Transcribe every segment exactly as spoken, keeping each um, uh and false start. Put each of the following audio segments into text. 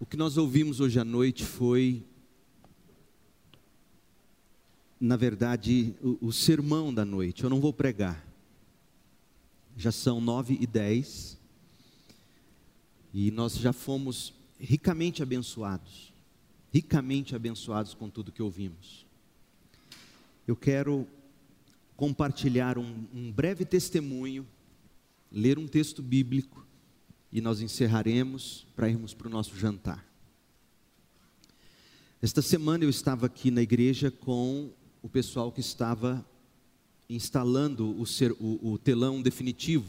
O que nós ouvimos hoje à noite foi, na verdade, o, o sermão da noite. Eu não vou pregar. Já são nove e dez. E nós já fomos ricamente abençoados. Ricamente abençoados com tudo que ouvimos. Eu quero compartilhar um, um breve testemunho, ler um texto bíblico, e nós encerraremos para irmos para o nosso jantar. Esta semana eu estava aqui na igreja com o pessoal que estava instalando o, ser, o, o telão definitivo.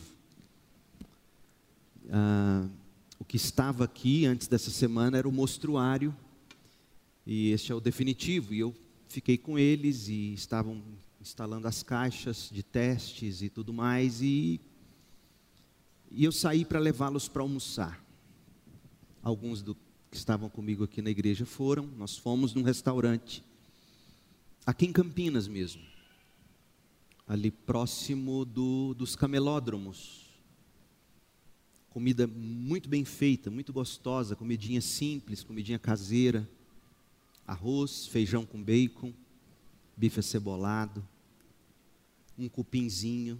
Ah, o que estava aqui antes dessa semana era o mostruário, e este é o definitivo, e eu fiquei com eles, e estavam instalando as caixas de testes e tudo mais, e E eu saí para levá-los para almoçar. Alguns do, que estavam comigo aqui na igreja foram. Nós fomos num restaurante, aqui em Campinas mesmo, ali próximo do, dos camelódromos. Comida muito bem feita, muito gostosa, comidinha simples, comidinha caseira. Arroz, feijão com bacon, bife acebolado, um cupinzinho.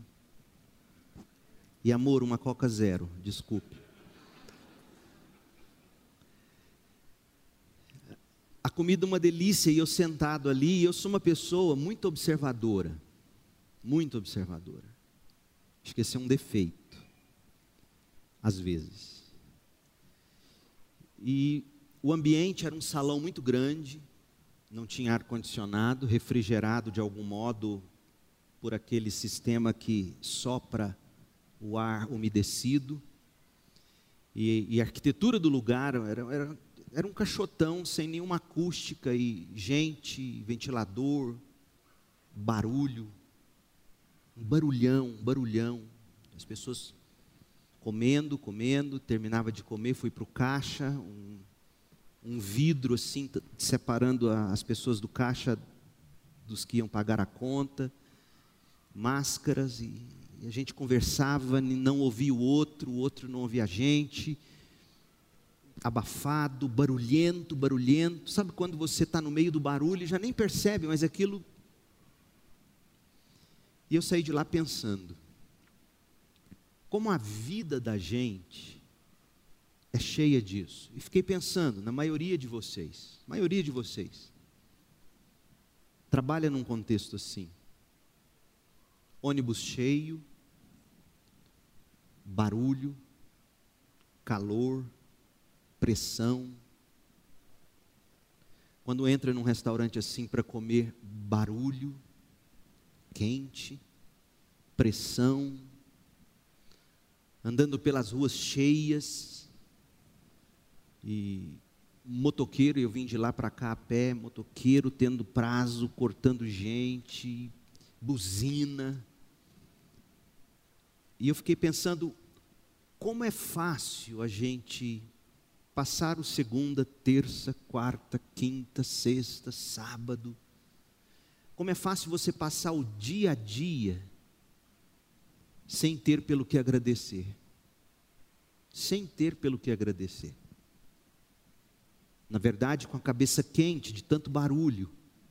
E amor, uma Coca Zero, desculpe. A comida uma delícia, e eu sentado ali, e eu sou uma pessoa muito observadora. Muito observadora. Acho que esse é um defeito, às vezes. E o ambiente era um salão muito grande, não tinha ar-condicionado, refrigerado de algum modo, por aquele sistema que sopra o ar umedecido, e, e a arquitetura do lugar era, era, era um caixotão sem nenhuma acústica, e gente, ventilador, barulho, um barulhão, um barulhão, as pessoas comendo, comendo, terminava de comer, fui para o caixa, um, um vidro assim, separando a, as pessoas do caixa dos que iam pagar a conta, máscaras, e E a gente conversava, não ouvia o outro, o outro não ouvia a gente, abafado, barulhento, barulhento. Sabe quando você está no meio do barulho e já nem percebe, mas aquilo... E eu saí de lá pensando, como a vida da gente é cheia disso. E fiquei pensando, na maioria de vocês, maioria de vocês, trabalha num contexto assim. Ônibus cheio, barulho, calor, pressão. Quando entra num restaurante assim para comer, barulho, quente, pressão, andando pelas ruas cheias, e motoqueiro, eu vim de lá para cá a pé, motoqueiro tendo prazo, cortando gente, buzina. E eu fiquei pensando, como é fácil a gente passar o segunda, terça, quarta, quinta, sexta, sábado. Como é fácil você passar o dia a dia sem ter pelo que agradecer. Sem ter pelo que agradecer. Na verdade, com a cabeça quente de tanto barulho.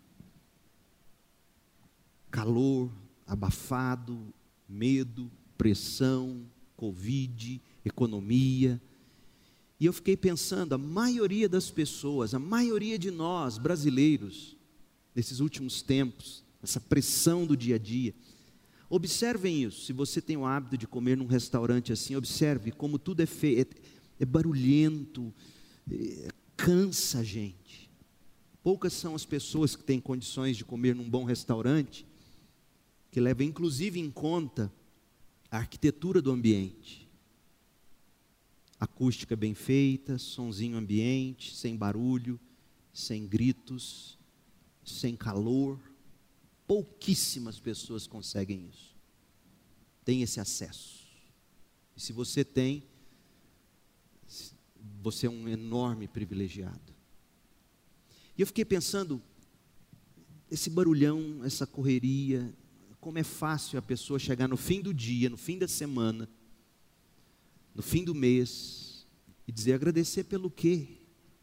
Calor, abafado, medo, pressão, Covid, economia. E eu fiquei pensando, a maioria das pessoas, a maioria de nós brasileiros, nesses últimos tempos, essa pressão do dia a dia. Observem isso, se você tem o hábito de comer num restaurante assim, observe como tudo é feio, é, é barulhento, é, cansa a gente. Poucas são as pessoas que têm condições de comer num bom restaurante, que leva inclusive em conta a arquitetura do ambiente. Acústica bem feita, sonzinho ambiente, sem barulho, sem gritos, sem calor. Pouquíssimas pessoas conseguem isso. Tem esse acesso. E se você tem, você é um enorme privilegiado. E eu fiquei pensando, esse barulhão, essa correria, como é fácil a pessoa chegar no fim do dia, no fim da semana, no fim do mês, e dizer, agradecer pelo quê?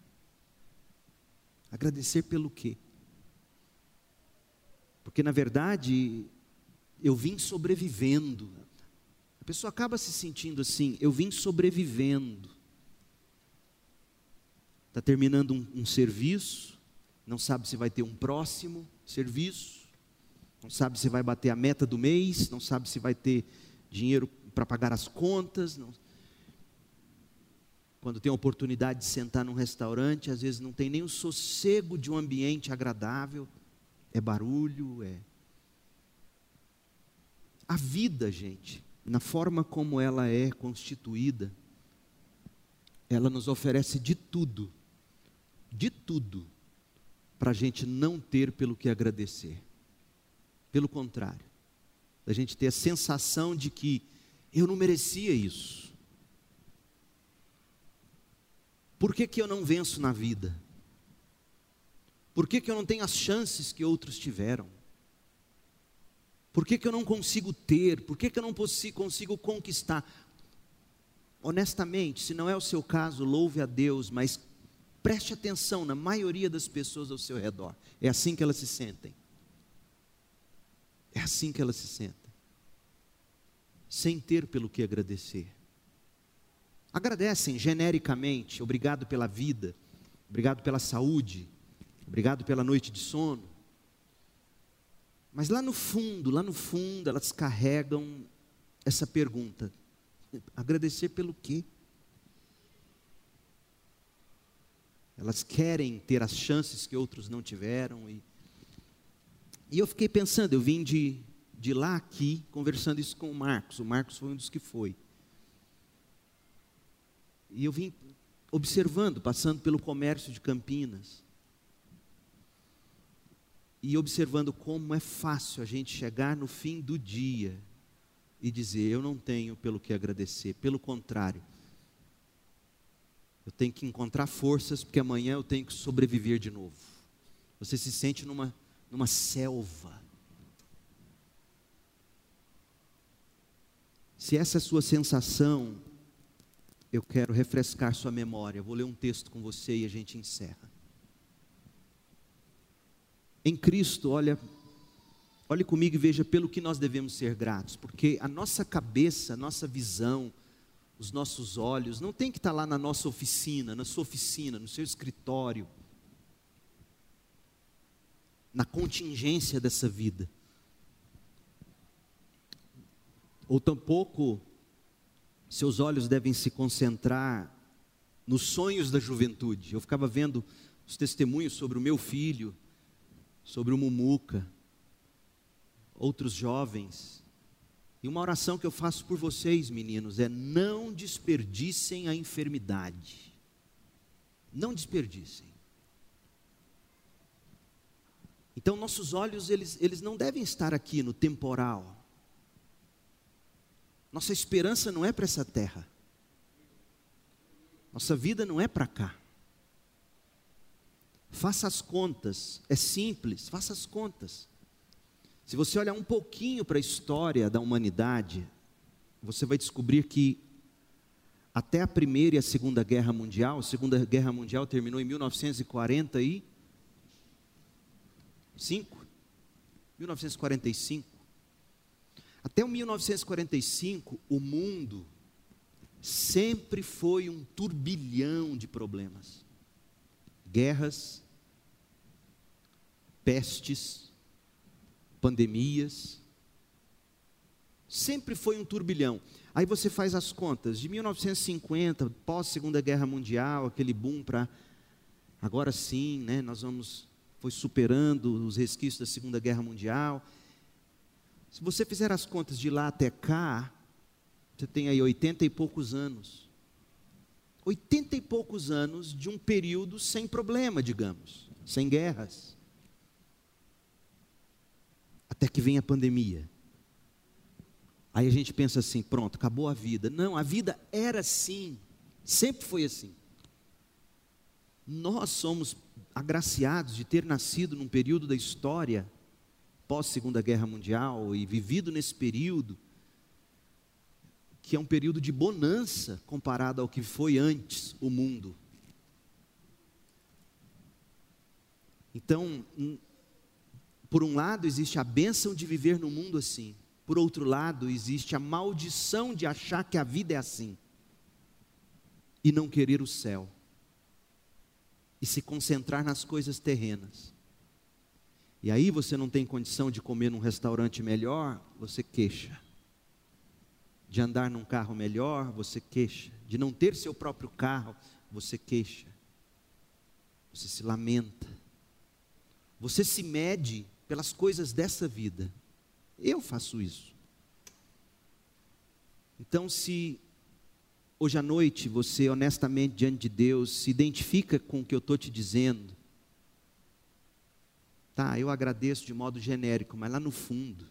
Agradecer pelo quê? Porque na verdade, eu vim sobrevivendo. A pessoa acaba se sentindo assim, eu vim sobrevivendo. Está terminando um, um serviço, não sabe se vai ter um próximo serviço, não sabe se vai bater a meta do mês, não sabe se vai ter dinheiro para pagar as contas. Não. Quando tem a oportunidade de sentar num restaurante, às vezes não tem nem o sossego de um ambiente agradável, é barulho, é... A vida, gente, na forma como ela é constituída, ela nos oferece de tudo, de tudo, para a gente não ter pelo que agradecer. Pelo contrário, a gente ter a sensação de que eu não merecia isso. Por que que eu não venço na vida? Por que que eu não tenho as chances que outros tiveram? Por que que eu não consigo ter? Por que que eu não consigo conquistar? Honestamente, se não é o seu caso, louve a Deus, mas preste atenção na maioria das pessoas ao seu redor. É assim que elas se sentem. É assim que elas se sentem. Sem ter pelo que agradecer. Agradecem genericamente, obrigado pela vida, obrigado pela saúde, obrigado pela noite de sono. Mas lá no fundo, lá no fundo, elas carregam essa pergunta: agradecer pelo quê? Elas querem ter as chances que outros não tiveram. E, e eu fiquei pensando, eu vim de, de lá aqui, conversando isso com o Marcos. O Marcos foi um dos que foi. E eu vim observando, passando pelo comércio de Campinas. E observando como é fácil a gente chegar no fim do dia e dizer, eu não tenho pelo que agradecer. Pelo contrário, eu tenho que encontrar forças, porque amanhã eu tenho que sobreviver de novo. Você se sente numa, numa selva. Se essa é a sua sensação, eu quero refrescar sua memória. Eu vou ler um texto com você e a gente encerra. Em Cristo, olha, olhe comigo e veja pelo que nós devemos ser gratos, porque a nossa cabeça, a nossa visão, os nossos olhos, não tem que estar lá na nossa oficina, na sua oficina, no seu escritório, na contingência dessa vida, ou tampouco seus olhos devem se concentrar nos sonhos da juventude. Eu ficava vendo os testemunhos sobre o meu filho, sobre o Mumuca, outros jovens, e uma oração que eu faço por vocês, meninos, é: não desperdicem a enfermidade, não desperdicem. Então nossos olhos, eles, eles não devem estar aqui no temporal, nossa esperança não é para essa terra, nossa vida não é para cá. Faça as contas, é simples, faça as contas. Se você olhar um pouquinho para a história da humanidade, você vai descobrir que até a Primeira e a Segunda Guerra Mundial, a Segunda Guerra Mundial terminou em mil novecentos e quarenta e cinco, mil novecentos e quarenta e cinco. Até o mil novecentos e quarenta e cinco, o mundo sempre foi um turbilhão de problemas. Guerras, pestes, pandemias, sempre foi um turbilhão. Aí você faz as contas, de mil novecentos e cinquenta, pós Segunda Guerra Mundial, aquele boom para, agora sim, né, nós vamos, foi superando os resquícios da Segunda Guerra Mundial. Se você fizer as contas de lá até cá, você tem aí oitenta e poucos anos. Oitenta e poucos anos de um período sem problema, digamos, sem guerras. Até que vem a pandemia. Aí a gente pensa assim, pronto, acabou a vida. Não, a vida era assim, sempre foi assim. Nós somos agraciados de ter nascido num período da história, pós Segunda Guerra Mundial, e vivido nesse período, que é um período de bonança comparado ao que foi antes o mundo. Então, por um lado existe a bênção de viver no mundo assim, por outro lado existe a maldição de achar que a vida é assim, e não querer o céu, e se concentrar nas coisas terrenas. E aí você não tem condição de comer num restaurante melhor, você queixa. De andar num carro melhor, você queixa. De não ter seu próprio carro, você queixa. Você se lamenta. Você se mede pelas coisas dessa vida. Eu faço isso. Então, se hoje à noite você honestamente diante de Deus se identifica com o que eu estou te dizendo, tá, eu agradeço de modo genérico, mas lá no fundo,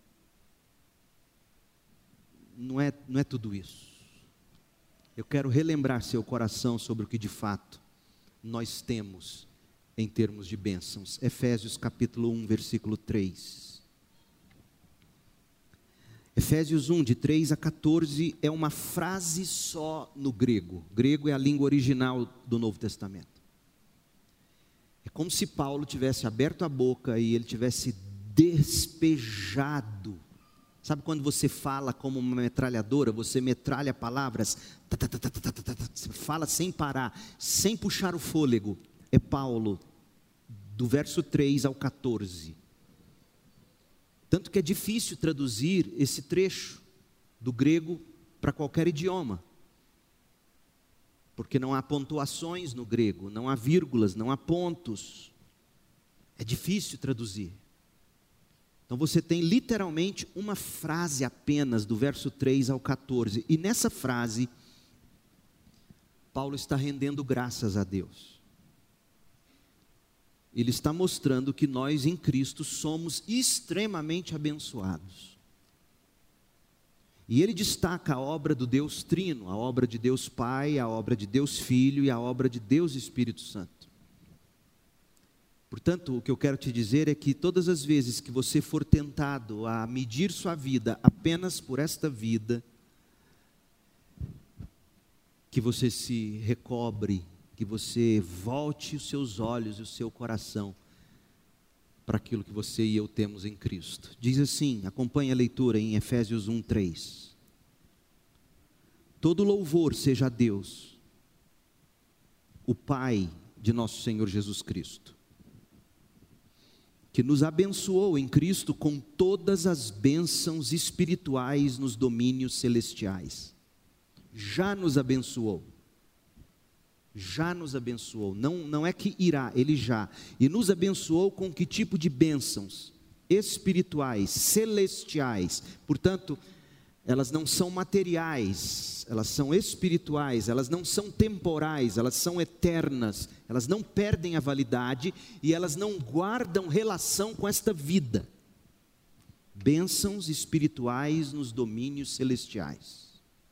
não é, não é tudo isso. Eu quero relembrar seu coração sobre o que de fato nós temos em termos de bênçãos. Efésios capítulo um, versículo três. Efésios um, de três a quatorze, é uma frase só no grego. O grego é a língua original do Novo Testamento. É como se Paulo tivesse aberto a boca e ele tivesse despejado. Sabe quando você fala como uma metralhadora, você metralha palavras, tá, tá, tá, tá, tá, tá, tá, você fala sem parar, sem puxar o fôlego. É Paulo, do verso três ao quatorze. Tanto que é difícil traduzir esse trecho do grego para qualquer idioma. Porque não há pontuações no grego, não há vírgulas, não há pontos. É difícil traduzir. Então você tem literalmente uma frase apenas, do verso três ao quatorze. E nessa frase, Paulo está rendendo graças a Deus. Ele está mostrando que nós em Cristo somos extremamente abençoados. E ele destaca a obra do Deus Trino, a obra de Deus Pai, a obra de Deus Filho e a obra de Deus Espírito Santo. Portanto, o que eu quero te dizer é que todas as vezes que você for tentado a medir sua vida apenas por esta vida, que você se recobre, que você volte os seus olhos e o seu coração para aquilo que você e eu temos em Cristo. Diz assim, acompanhe a leitura em Efésios um, três. Todo louvor seja a Deus, o Pai de nosso Senhor Jesus Cristo, que nos abençoou em Cristo com todas as bênçãos espirituais nos domínios celestiais. Já nos abençoou. Já nos abençoou, não, não é que irá, Ele já, e nos abençoou com que tipo de bênçãos? Espirituais, celestiais, portanto, elas não são materiais, elas são espirituais, elas não são temporais, elas são eternas, elas não perdem a validade e elas não guardam relação com esta vida. Bênçãos espirituais nos domínios celestiais.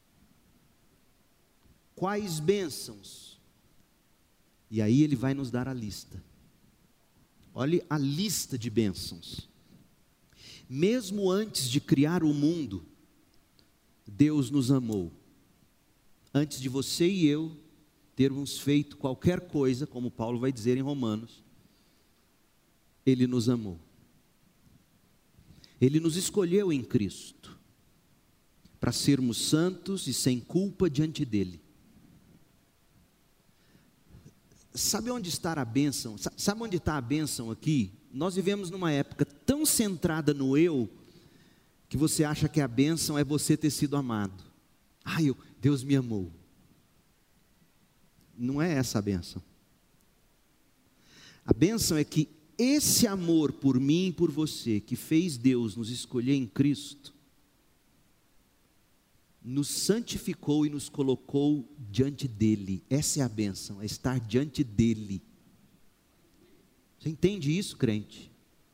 Quais bênçãos? E aí ele vai nos dar a lista. Olhe a lista de bênçãos. Mesmo antes de criar o mundo, Deus nos amou. Antes de você e eu termos feito qualquer coisa, como Paulo vai dizer em Romanos, Ele nos amou. Ele nos escolheu em Cristo, para sermos santos e sem culpa diante dEle. Sabe onde está a bênção? Sabe onde está a bênção aqui? Nós vivemos numa época tão centrada no eu, que você acha que a bênção é você ter sido amado. Ah, eu, Deus me amou. Não é essa a bênção. A bênção é que esse amor por mim e por você, que fez Deus nos escolher em Cristo, nos santificou e nos colocou diante dEle. Essa é a bênção, é estar diante dEle. Você entende isso, crente?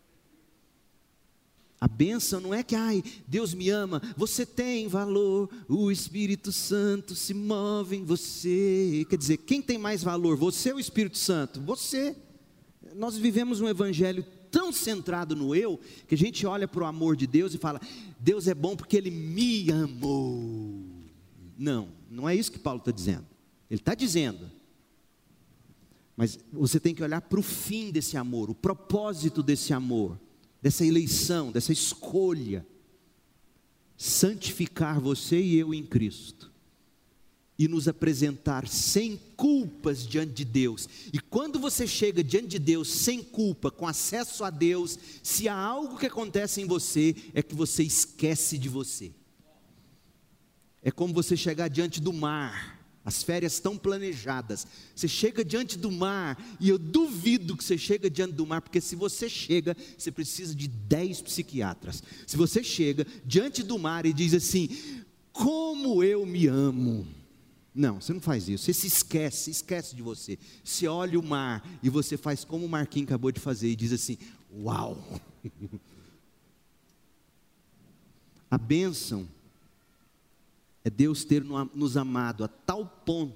A bênção não é que, ai, Deus me ama, você tem valor, o Espírito Santo se move em você. Quer dizer, quem tem mais valor, você ou o Espírito Santo? Você. Nós vivemos um evangelho tão centrado no eu, que a gente olha para o amor de Deus e fala, Deus é bom porque Ele me amou. Não, não é isso que Paulo está dizendo. Ele está dizendo, Mas você tem que olhar para o fim desse amor, o propósito desse amor, dessa eleição, dessa escolha. Santificar você e eu em Cristo. E nos apresentar sem culpas diante de Deus. E quando você chega diante de Deus sem culpa, com acesso a Deus, se há algo que acontece em você, é que você esquece de você. É como você chegar diante do mar, as férias estão planejadas, você chega diante do mar, e eu duvido que você chega diante do mar, porque se você chega, você precisa de dez psiquiatras. Se você chega diante do mar e diz assim, como eu me amo, não, você não faz isso, você se esquece, esquece de você. Você olha o mar, e você faz como o Marquinhos acabou de fazer, e diz assim, uau, a bênção, é Deus ter nos amado a tal ponto,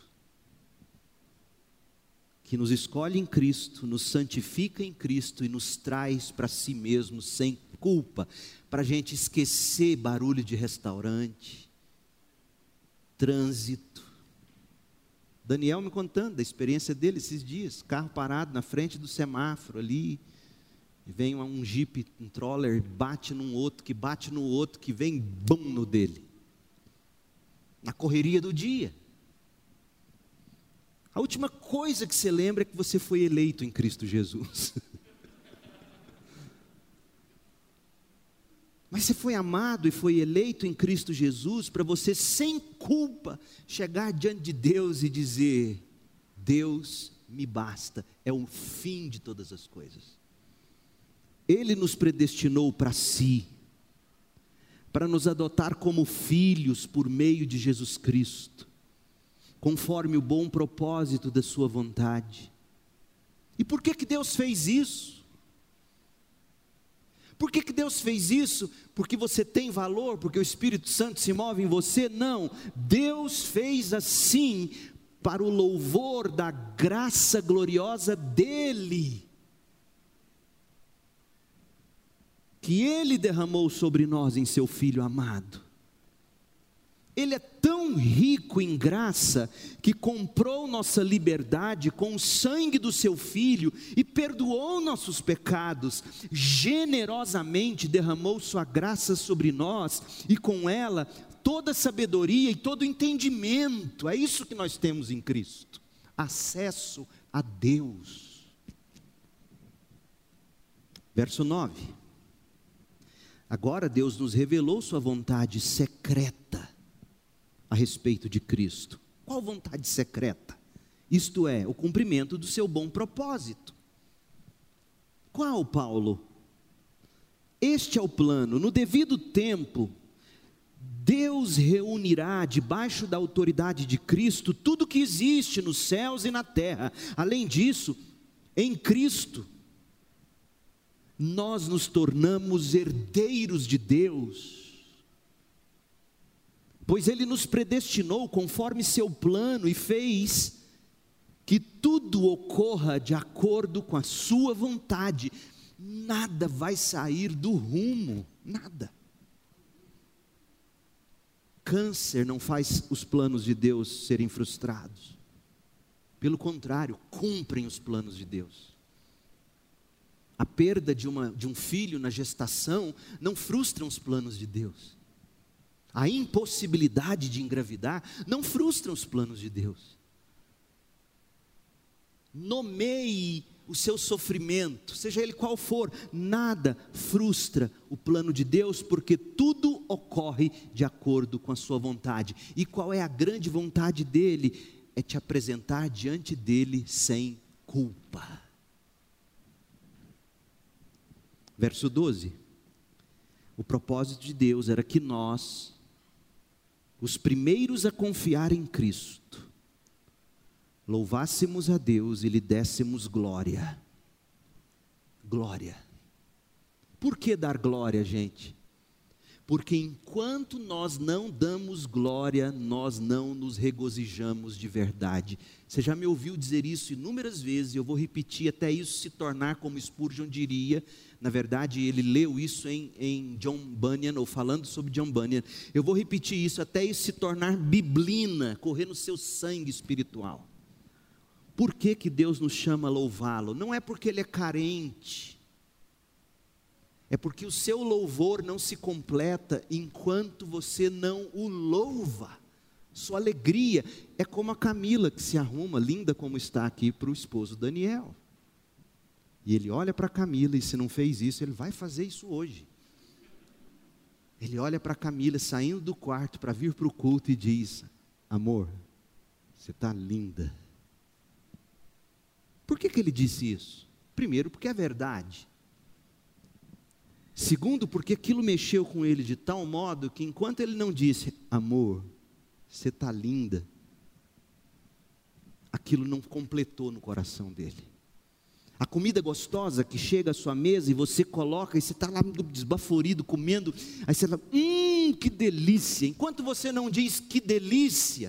que nos escolhe em Cristo, nos santifica em Cristo, e nos traz para si mesmo sem culpa, para a gente esquecer barulho de restaurante, trânsito. Daniel me contando da experiência dele esses dias, carro parado na frente do semáforo ali, e vem um jipe, um troller, bate num outro, que bate no outro, que vem bum no dele. Na correria do dia. A última coisa que você lembra é que você foi eleito em Cristo Jesus. Mas você foi amado e foi eleito em Cristo Jesus para você, sem culpa, chegar diante de Deus e dizer, Deus me basta, é o fim de todas as coisas. Ele nos predestinou para si, para nos adotar como filhos por meio de Jesus Cristo, conforme o bom propósito da sua vontade. E por que que Deus fez isso? Por que que Deus fez isso? Porque você tem valor, porque o Espírito Santo se move em você? Não, Deus fez assim, para o louvor da graça gloriosa dEle, que Ele derramou sobre nós em seu Filho amado. Ele é tão rico em graça, que comprou nossa liberdade com o sangue do seu Filho, e perdoou nossos pecados, generosamente derramou sua graça sobre nós, e com ela, toda sabedoria e todo entendimento. É isso que nós temos em Cristo, acesso a Deus. Verso nove. Agora Deus nos revelou sua vontade secreta a respeito de Cristo. Qual vontade secreta? Isto é, o cumprimento do seu bom propósito. Qual, Paulo? Este é o plano. No devido tempo, Deus reunirá debaixo da autoridade de Cristo tudo que existe nos céus e na terra. Além disso, em Cristo, nós nos tornamos herdeiros de Deus, pois Ele nos predestinou conforme seu plano e fez que tudo ocorra de acordo com a sua vontade. Nada vai sair do rumo, nada. Câncer não faz os planos de Deus serem frustrados, pelo contrário, cumprem os planos de Deus. A perda de, uma, de um filho na gestação não frustra os planos de Deus. A impossibilidade de engravidar não frustra os planos de Deus. Nomeie o seu sofrimento, seja ele qual for, nada frustra o plano de Deus, porque tudo ocorre de acordo com a sua vontade. E qual é a grande vontade dele? É te apresentar diante dele sem culpa. Verso doze, o propósito de Deus era que nós, os primeiros a confiar em Cristo, louvássemos a Deus e lhe dessemos glória. Glória. Por que dar glória, gente? Porque enquanto nós não damos glória, nós não nos regozijamos de verdade. Você já me ouviu dizer isso inúmeras vezes, eu vou repetir até isso se tornar como Spurgeon diria. Na verdade, ele leu isso em, em John Bunyan, ou falando sobre John Bunyan. Eu vou repetir isso até isso se tornar biblina, correr no seu sangue espiritual. Por que que Deus nos chama a louvá-lo? Não é porque Ele é carente, é porque o seu louvor não se completa enquanto você não o louva. Sua alegria é como a Camila que se arruma, linda como está aqui, para o esposo Daniel. E ele olha para a Camila, e se não fez isso, ele vai fazer isso hoje. Ele olha para a Camila saindo do quarto para vir para o culto e diz: amor, você está linda. Por que que ele disse isso? Primeiro, porque é verdade. Segundo, porque aquilo mexeu com ele de tal modo que enquanto ele não disse, amor, você está linda, aquilo não completou no coração dele. A comida gostosa que chega à sua mesa e você coloca, e você está lá desbaforido comendo, aí você fala, hum, que delícia. Enquanto você não diz que delícia,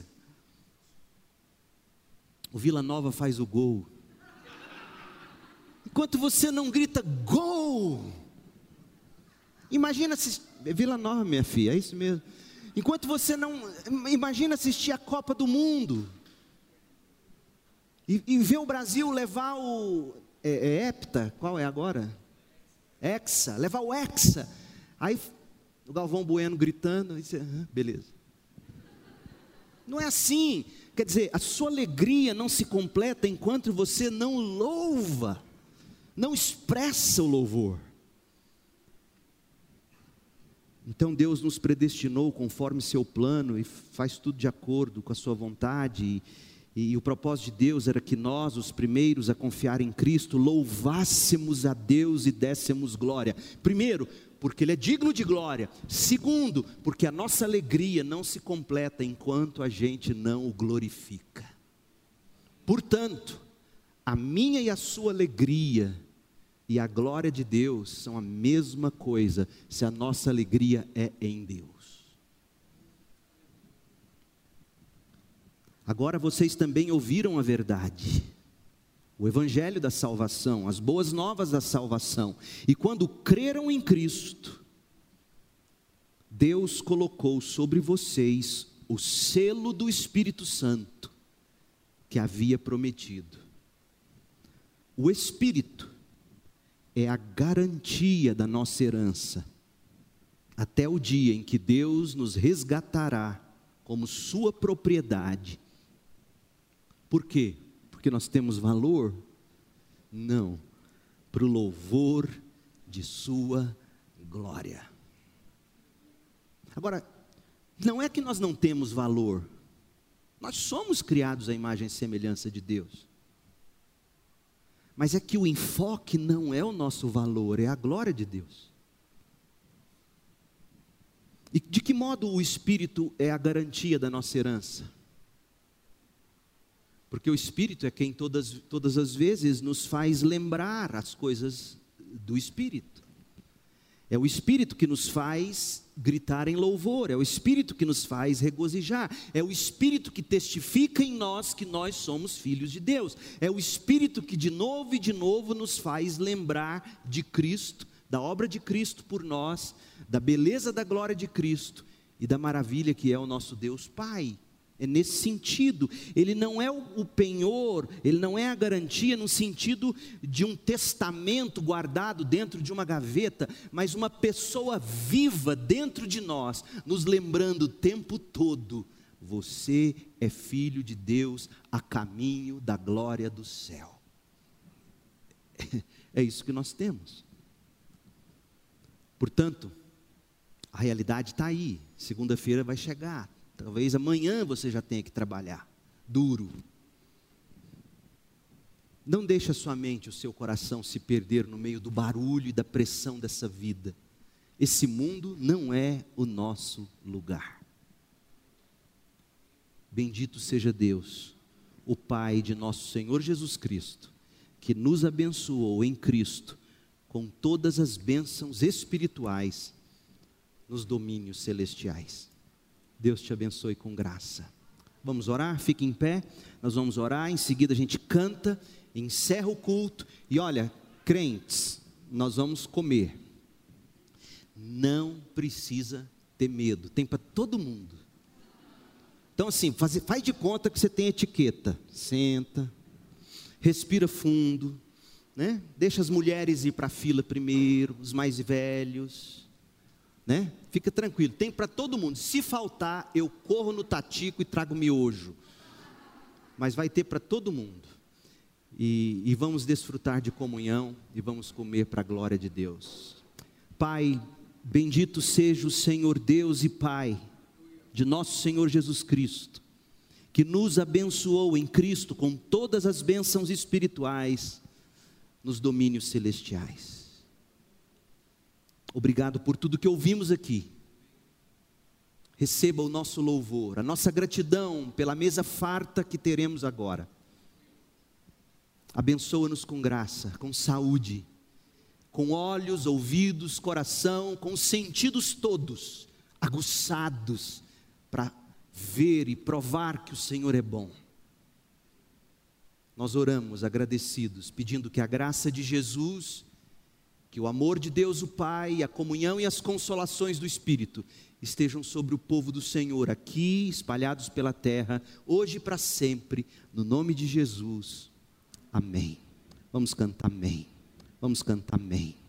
o Vila Nova faz o gol. Enquanto você não grita gol, imagina se Vila Nova, minha filha, é isso mesmo. Enquanto você não, imagina assistir a Copa do Mundo e, e ver o Brasil levar o é, é hepta, qual é agora? Hexa, levar o Hexa. Aí o Galvão Bueno gritando, e você, ah, beleza. Não é assim. Quer dizer, a sua alegria não se completa enquanto você não louva, não expressa o louvor. Então Deus nos predestinou conforme seu plano e faz tudo de acordo com a sua vontade. E, e o propósito de Deus era que nós, os primeiros a confiar em Cristo, louvássemos a Deus e dessemos glória. Primeiro, porque Ele é digno de glória. Segundo, porque a nossa alegria não se completa enquanto a gente não o glorifica. Portanto, a minha e a sua alegria e a glória de Deus são a mesma coisa, se a nossa alegria é em Deus. Agora vocês também ouviram a verdade, o evangelho da salvação, as boas novas da salvação, e quando creram em Cristo, Deus colocou sobre vocês o selo do Espírito Santo, que havia prometido. O Espírito é a garantia da nossa herança, até o dia em que Deus nos resgatará como sua propriedade. Por quê? Porque nós temos valor? Não, para o louvor de sua glória. Agora, não é que nós não temos valor, nós somos criados à imagem e semelhança de Deus. Mas é que o enfoque não é o nosso valor, é a glória de Deus. E de que modo o Espírito é a garantia da nossa herança? Porque o Espírito é quem todas, todas as vezes nos faz lembrar as coisas do Espírito. É o Espírito que nos faz gritar em louvor, é o Espírito que nos faz regozijar, é o Espírito que testifica em nós que nós somos filhos de Deus, é o Espírito que de novo e de novo nos faz lembrar de Cristo, da obra de Cristo por nós, da beleza da glória de Cristo e da maravilha que é o nosso Deus Pai. É nesse sentido, ele não é o penhor, ele não é a garantia no sentido de um testamento guardado dentro de uma gaveta, mas uma pessoa viva dentro de nós, nos lembrando o tempo todo, você é filho de Deus a caminho da glória do céu. É isso que nós temos. Portanto, a realidade está aí, segunda-feira vai chegar. Talvez amanhã você já tenha que trabalhar duro. Não deixe a sua mente, o seu coração se perder no meio do barulho e da pressão dessa vida. Esse mundo não é o nosso lugar. Bendito seja Deus, o Pai de nosso Senhor Jesus Cristo, que nos abençoou em Cristo com todas as bênçãos espirituais nos domínios celestiais. Deus te abençoe com graça. Vamos orar? Fique em pé, nós vamos orar, em seguida a gente canta, encerra o culto, e olha, crentes, nós vamos comer. Não precisa ter medo, tem para todo mundo. Então assim, faz, faz de conta que você tem etiqueta, senta, respira fundo, né? Deixa as mulheres ir para a fila primeiro, os mais velhos, né? Fica tranquilo, tem para todo mundo. Se faltar, eu corro no tatico e trago miojo, mas vai ter para todo mundo. E, e vamos desfrutar de comunhão e vamos comer para a glória de Deus. Pai, bendito seja o Senhor Deus e Pai de nosso Senhor Jesus Cristo, que nos abençoou em Cristo com todas as bênçãos espirituais nos domínios celestiais. Obrigado por tudo que ouvimos aqui. Receba o nosso louvor, a nossa gratidão pela mesa farta que teremos agora. Abençoa-nos com graça, com saúde, com olhos, ouvidos, coração, com os sentidos todos aguçados para ver e provar que o Senhor é bom. Nós oramos agradecidos, pedindo que a graça de Jesus, que o amor de Deus o Pai, a comunhão e as consolações do Espírito estejam sobre o povo do Senhor aqui, espalhados pela terra, hoje e para sempre, no nome de Jesus. Amém. Vamos cantar amém. Vamos cantar amém.